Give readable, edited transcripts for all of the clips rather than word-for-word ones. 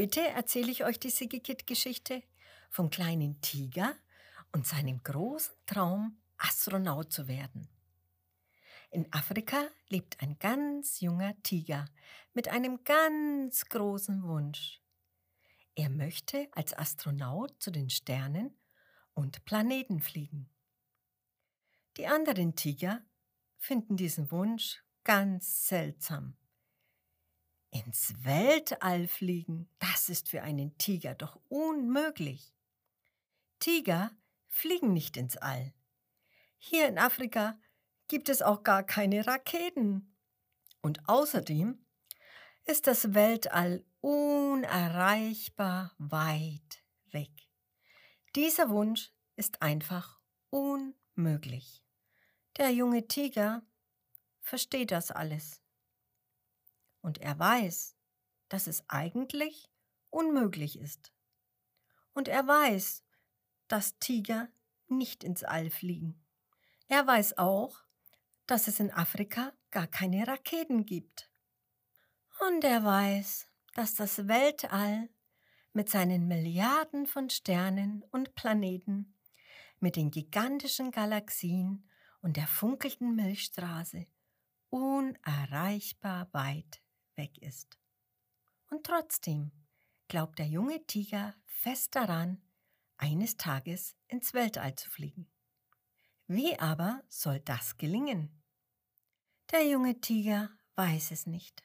Heute erzähle ich euch die Sigikit-Geschichte vom kleinen Tiger und seinem großen Traum, Astronaut zu werden. In Afrika lebt ein ganz junger Tiger mit einem ganz großen Wunsch. Er möchte als Astronaut zu den Sternen und Planeten fliegen. Die anderen Tiger finden diesen Wunsch ganz seltsam. Ins Weltall fliegen, das ist für einen Tiger doch unmöglich. Tiger fliegen nicht ins All. Hier in Afrika gibt es auch gar keine Raketen. Und außerdem ist das Weltall unerreichbar weit weg. Dieser Wunsch ist einfach unmöglich. Der junge Tiger versteht das alles. Und er weiß, dass es eigentlich unmöglich ist. Und er weiß, dass Tiger nicht ins All fliegen. Er weiß auch, dass es in Afrika gar keine Raketen gibt. Und er weiß, dass das Weltall mit seinen Milliarden von Sternen und Planeten, mit den gigantischen Galaxien und der funkelnden Milchstraße unerreichbar weit weg ist. Und trotzdem glaubt der junge Tiger fest daran, eines Tages ins Weltall zu fliegen. Wie aber soll das gelingen? Der junge Tiger weiß es nicht.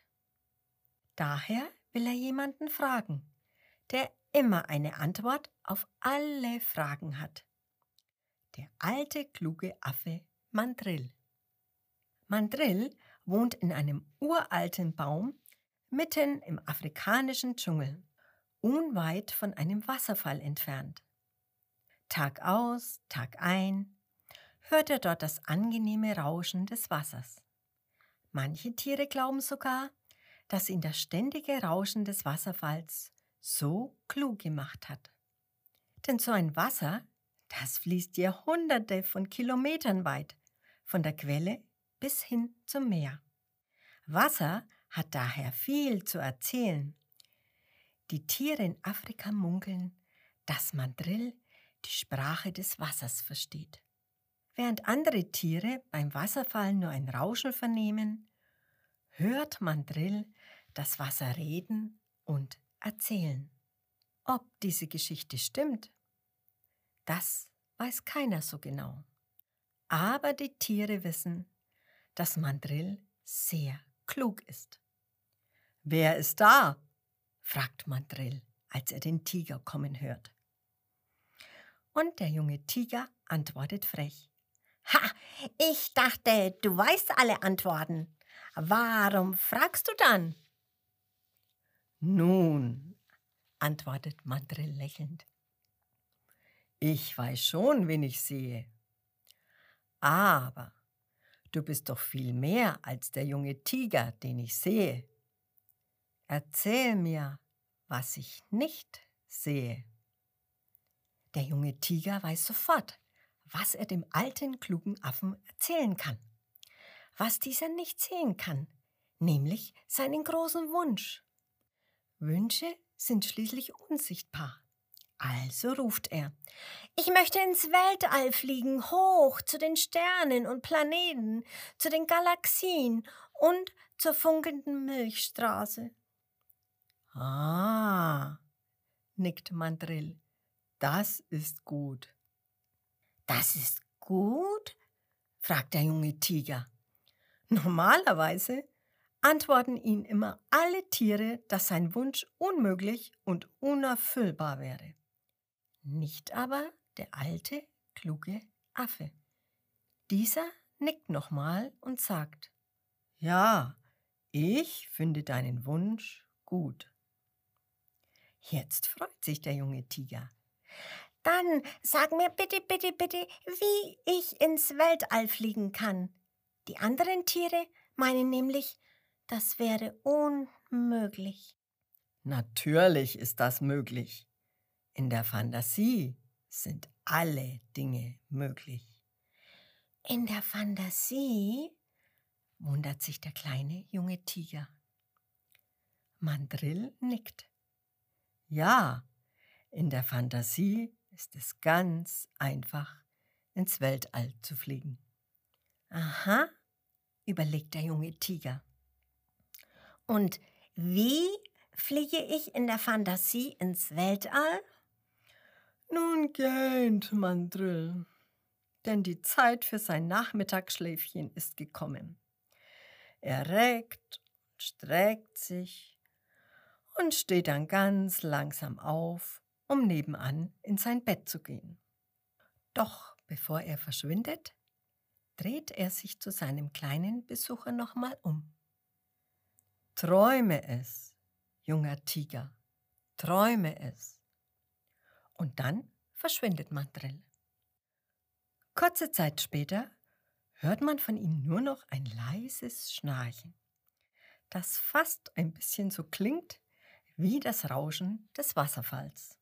Daher will er jemanden fragen, der immer eine Antwort auf alle Fragen hat. Der alte, kluge Affe Mandrill. Mandrill wohnt in einem uralten Baum mitten im afrikanischen Dschungel, unweit von einem Wasserfall entfernt. Tag aus, Tag ein hört er dort das angenehme Rauschen des Wassers. Manche Tiere glauben sogar, dass ihn das ständige Rauschen des Wasserfalls so klug gemacht hat. Denn so ein Wasser, das fließt Jahrhunderte von Kilometern weit, von der Quelle bis hin zum Meer. Wasser hat daher viel zu erzählen. Die Tiere in Afrika munkeln, dass Mandrill die Sprache des Wassers versteht. Während andere Tiere beim Wasserfall nur ein Rauschen vernehmen, hört Mandrill das Wasser reden und erzählen. Ob diese Geschichte stimmt, das weiß keiner so genau. Aber die Tiere wissen, dass Mandrill sehr klug ist. »Wer ist da?« fragt Mandrill, als er den Tiger kommen hört. Und der junge Tiger antwortet frech. »Ha, ich dachte, du weißt alle Antworten. Warum fragst du dann?« »Nun«, antwortet Mandrill lächelnd, »ich weiß schon, wen ich sehe. Aber du bist doch viel mehr als der junge Tiger, den ich sehe. Erzähl mir, was ich nicht sehe.« Der junge Tiger weiß sofort, was er dem alten, klugen Affen erzählen kann. Was dieser nicht sehen kann, nämlich seinen großen Wunsch. Wünsche sind schließlich unsichtbar. Also ruft er: »Ich möchte ins Weltall fliegen, hoch zu den Sternen und Planeten, zu den Galaxien und zur funkelnden Milchstraße.« »Ah«, nickt Mandrill, »das ist gut.« »Das ist gut?«, fragt der junge Tiger. Normalerweise antworten ihm immer alle Tiere, dass sein Wunsch unmöglich und unerfüllbar wäre. Nicht aber der alte, kluge Affe. Dieser nickt nochmal und sagt: »Ja, ich finde deinen Wunsch gut.« Jetzt freut sich der junge Tiger. »Dann sag mir bitte, bitte, bitte, wie ich ins Weltall fliegen kann. Die anderen Tiere meinen nämlich, das wäre unmöglich.« »Natürlich ist das möglich. In der Fantasie sind alle Dinge möglich.« »In der Fantasie?«, wundert sich der kleine junge Tiger. Mandrill nickt. Ja, in der Fantasie ist es ganz einfach, ins Weltall zu fliegen. Aha, überlegt der junge Tiger. Und wie fliege ich in der Fantasie ins Weltall? Nun gähnt Mandrill, denn die Zeit für sein Nachmittagsschläfchen ist gekommen. Er reckt, streckt sich und steht dann ganz langsam auf, um nebenan in sein Bett zu gehen. Doch bevor er verschwindet, dreht er sich zu seinem kleinen Besucher nochmal um. Träume es, junger Tiger, träume es. Und dann verschwindet Mandrill. Kurze Zeit später hört man von ihm nur noch ein leises Schnarchen, das fast ein bisschen so klingt wie das Rauschen des Wasserfalls.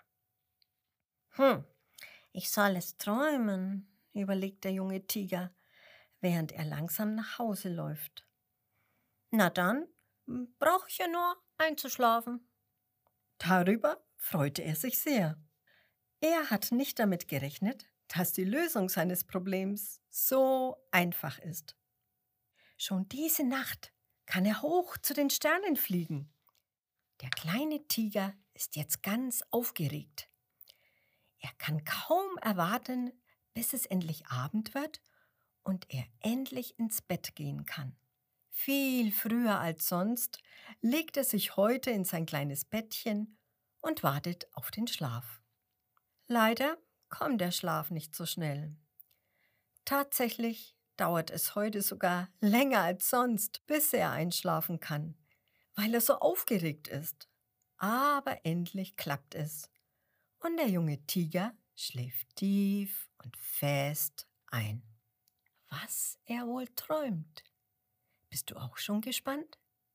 Ich soll es träumen, überlegt der junge Tiger, während er langsam nach Hause läuft. Na dann brauche ich ja nur einzuschlafen. Darüber freute er sich sehr. Er hat nicht damit gerechnet, dass die Lösung seines Problems so einfach ist. Schon diese Nacht kann er hoch zu den Sternen fliegen. Der kleine Tiger ist jetzt ganz aufgeregt. Er kann kaum erwarten, bis es endlich Abend wird und er endlich ins Bett gehen kann. Viel früher als sonst legt er sich heute in sein kleines Bettchen und wartet auf den Schlaf. Leider kommt der Schlaf nicht so schnell. Tatsächlich dauert es heute sogar länger als sonst, bis er einschlafen kann, weil er so aufgeregt ist. Aber endlich klappt es und der junge Tiger schläft tief und fest ein. Was er wohl träumt? Bist du auch schon gespannt?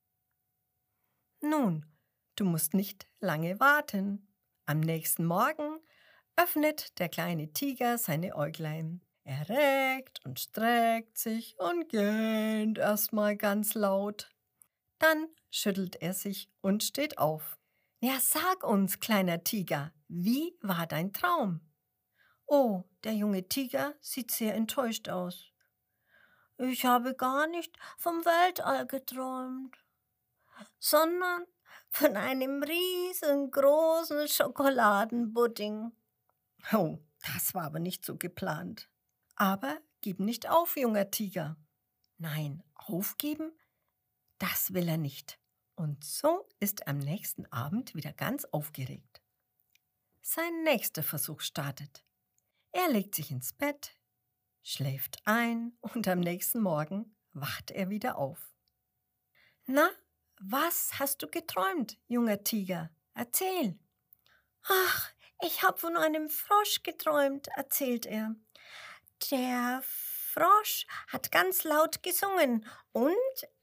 Nun, du musst nicht lange warten. Am nächsten Morgen öffnet der kleine Tiger seine Äuglein. Er reckt und streckt sich und gähnt erstmal ganz laut. Dann schüttelt er sich und steht auf. Ja, sag uns, kleiner Tiger, wie war dein Traum? Oh, der junge Tiger sieht sehr enttäuscht aus. Ich habe gar nicht vom Weltall geträumt, sondern von einem riesengroßen Schokoladenpudding. Oh, das war aber nicht so geplant. Aber gib nicht auf, junger Tiger. Nein, aufgeben, das will er nicht. Und so ist er am nächsten Abend wieder ganz aufgeregt. Sein nächster Versuch startet. Er legt sich ins Bett, schläft ein und am nächsten Morgen wacht er wieder auf. Na, was hast du geträumt, junger Tiger? Erzähl. Ach, ich habe von einem Frosch geträumt, erzählt er. Der Frosch hat ganz laut gesungen und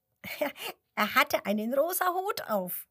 er hatte einen rosa Hut auf.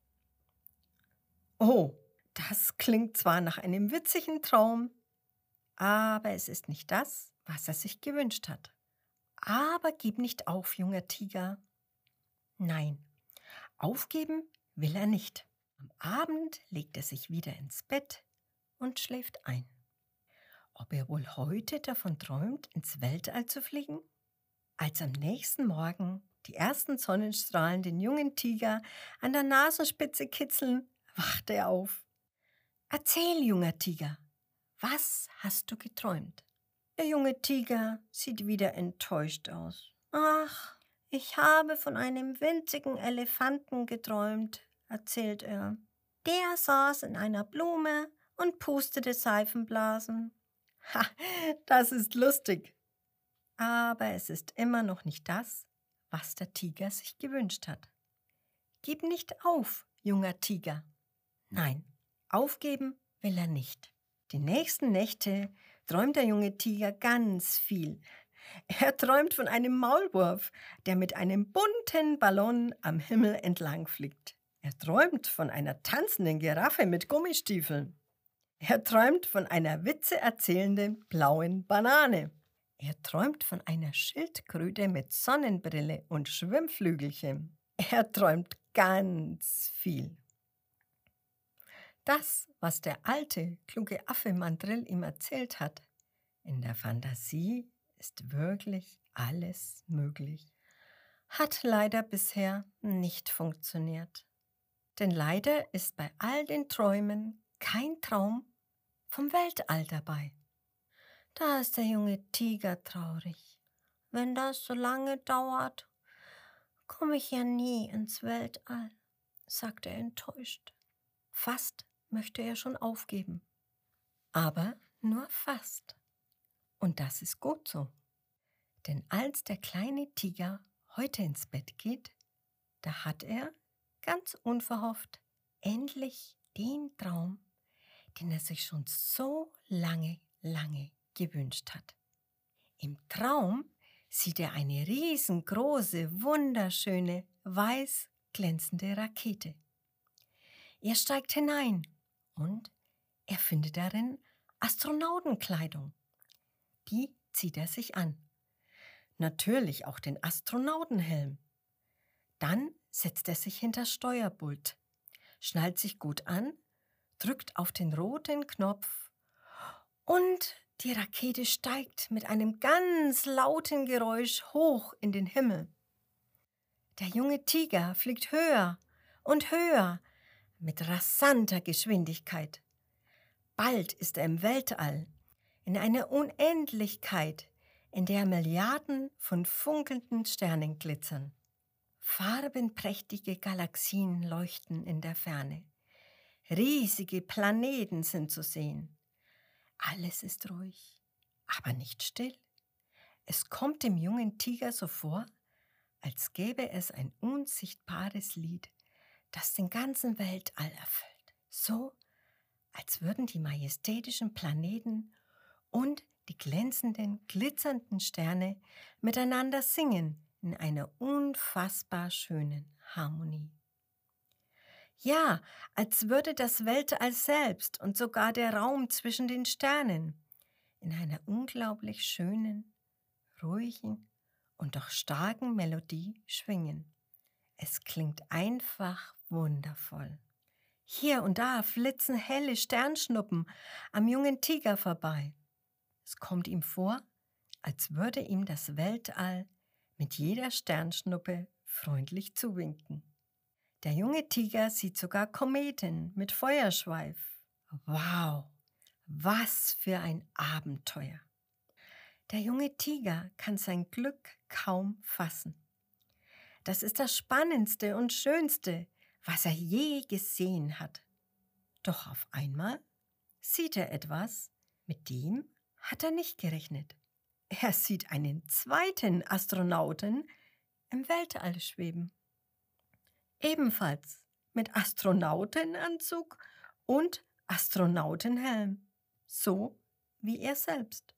Oh, das klingt zwar nach einem witzigen Traum, aber es ist nicht das, was er sich gewünscht hat. Aber gib nicht auf, junger Tiger. Nein, aufgeben will er nicht. Am Abend legt er sich wieder ins Bett und schläft ein. Ob er wohl heute davon träumt, ins Weltall zu fliegen? Als am nächsten Morgen die ersten Sonnenstrahlen den jungen Tiger an der Nasenspitze kitzeln, wacht er auf. Erzähl, junger Tiger, was hast du geträumt? Der junge Tiger sieht wieder enttäuscht aus. Ach, ich habe von einem winzigen Elefanten geträumt, erzählt er. Der saß in einer Blume und pustete Seifenblasen. Ha, das ist lustig. Aber es ist immer noch nicht das, was der Tiger sich gewünscht hat. Gib nicht auf, junger Tiger. Nein, aufgeben will er nicht. Die nächsten Nächte träumt der junge Tiger ganz viel. Er träumt von einem Maulwurf, der mit einem bunten Ballon am Himmel entlang fliegt. Er träumt von einer tanzenden Giraffe mit Gummistiefeln. Er träumt von einer witzeerzählenden blauen Banane. Er träumt von einer Schildkröte mit Sonnenbrille und Schwimmflügelchen. Er träumt ganz viel. Das, was der alte, kluge Affe Mandrill ihm erzählt hat, in der Fantasie ist wirklich alles möglich, hat leider bisher nicht funktioniert. Denn leider ist bei all den Träumen kein Traum vom Weltall dabei. Da ist der junge Tiger traurig. Wenn das so lange dauert, komme ich ja nie ins Weltall, sagt er enttäuscht. Fast möchte er schon aufgeben. Aber nur fast. Und das ist gut so. Denn als der kleine Tiger heute ins Bett geht, da hat er, ganz unverhofft, endlich den Traum, den er sich schon so lange gewünscht hat. Im Traum sieht er eine riesengroße, wunderschöne, weiß glänzende Rakete. Er steigt hinein und er findet darin Astronautenkleidung. Die zieht er sich an. Natürlich auch den Astronautenhelm. Dann setzt er sich hinter Steuerpult, schnallt sich gut an, drückt auf den roten Knopf und die Rakete steigt mit einem ganz lauten Geräusch hoch in den Himmel. Der junge Tiger fliegt höher und höher mit rasanter Geschwindigkeit. Bald ist er im Weltall, in einer Unendlichkeit, in der Milliarden von funkelnden Sternen glitzern. Farbenprächtige Galaxien leuchten in der Ferne. Riesige Planeten sind zu sehen. Alles ist ruhig, aber nicht still. Es kommt dem jungen Tiger so vor, als gäbe es ein unsichtbares Lied, das den ganzen Weltall erfüllt. So, als würden die majestätischen Planeten und die glänzenden, glitzernden Sterne miteinander singen in einer unfassbar schönen Harmonie. Ja, als würde das Weltall selbst und sogar der Raum zwischen den Sternen in einer unglaublich schönen, ruhigen und doch starken Melodie schwingen. Es klingt einfach wundervoll. Hier und da flitzen helle Sternschnuppen am jungen Tiger vorbei. Es kommt ihm vor, als würde ihm das Weltall mit jeder Sternschnuppe freundlich zuwinken. Der junge Tiger sieht sogar Kometen mit Feuerschweif. Wow, was für ein Abenteuer! Der junge Tiger kann sein Glück kaum fassen. Das ist das Spannendste und Schönste, was er je gesehen hat. Doch auf einmal sieht er etwas, mit dem hat er nicht gerechnet. Er sieht einen zweiten Astronauten im Weltall schweben. Ebenfalls mit Astronautenanzug und Astronautenhelm, so wie er selbst.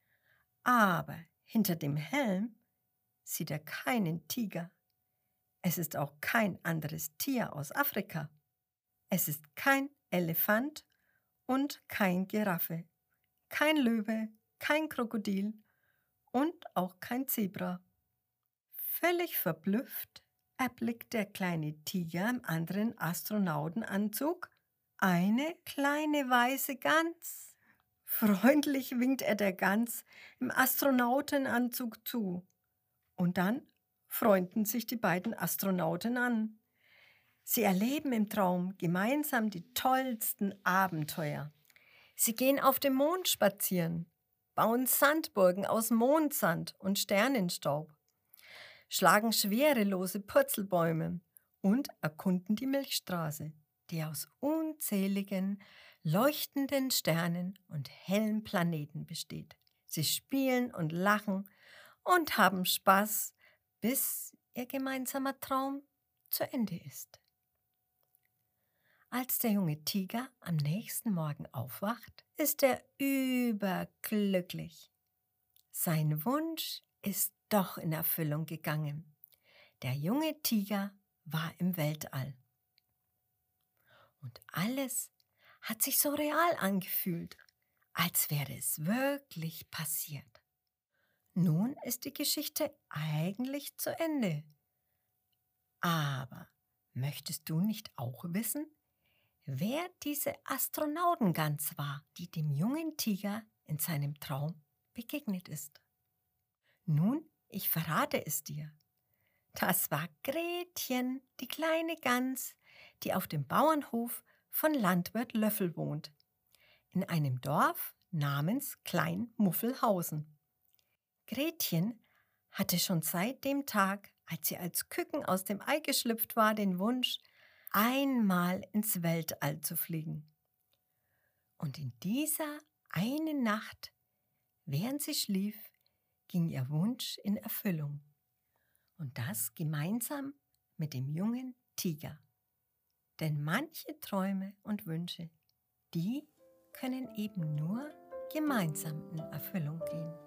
Aber hinter dem Helm sieht er keinen Tiger. Es ist auch kein anderes Tier aus Afrika. Es ist kein Elefant und kein Giraffe, kein Löwe, kein Krokodil und auch kein Zebra. Völlig verblüfft erblickt der kleine Tiger im anderen Astronautenanzug eine kleine weiße Gans. Freundlich winkt er der Gans im Astronautenanzug zu. Und dann freunden sich die beiden Astronauten an. Sie erleben im Traum gemeinsam die tollsten Abenteuer. Sie gehen auf dem Mond spazieren, bauen Sandburgen aus Mondsand und Sternenstaub, schlagen schwerelose Purzelbäume und erkunden die Milchstraße, die aus unzähligen, leuchtenden Sternen und hellen Planeten besteht. Sie spielen und lachen und haben Spaß, bis ihr gemeinsamer Traum zu Ende ist. Als der junge Tiger am nächsten Morgen aufwacht, ist er überglücklich. Sein Wunsch ist doch in Erfüllung gegangen. Der junge Tiger war im Weltall. Und alles hat sich so real angefühlt, als wäre es wirklich passiert. Nun ist die Geschichte eigentlich zu Ende. Aber möchtest du nicht auch wissen, wer diese Astronautengans war, die dem jungen Tiger in seinem Traum begegnet ist. Nun, ich verrate es dir. Das war Gretchen, die kleine Gans, die auf dem Bauernhof von Landwirt Löffel wohnt, in einem Dorf namens Klein Muffelhausen. Gretchen hatte schon seit dem Tag, als sie als Küken aus dem Ei geschlüpft war, den Wunsch, einmal ins Weltall zu fliegen. Und in dieser einen Nacht, während sie schlief, ging ihr Wunsch in Erfüllung. Und das gemeinsam mit dem jungen Tiger. Denn manche Träume und Wünsche, die können eben nur gemeinsam in Erfüllung gehen.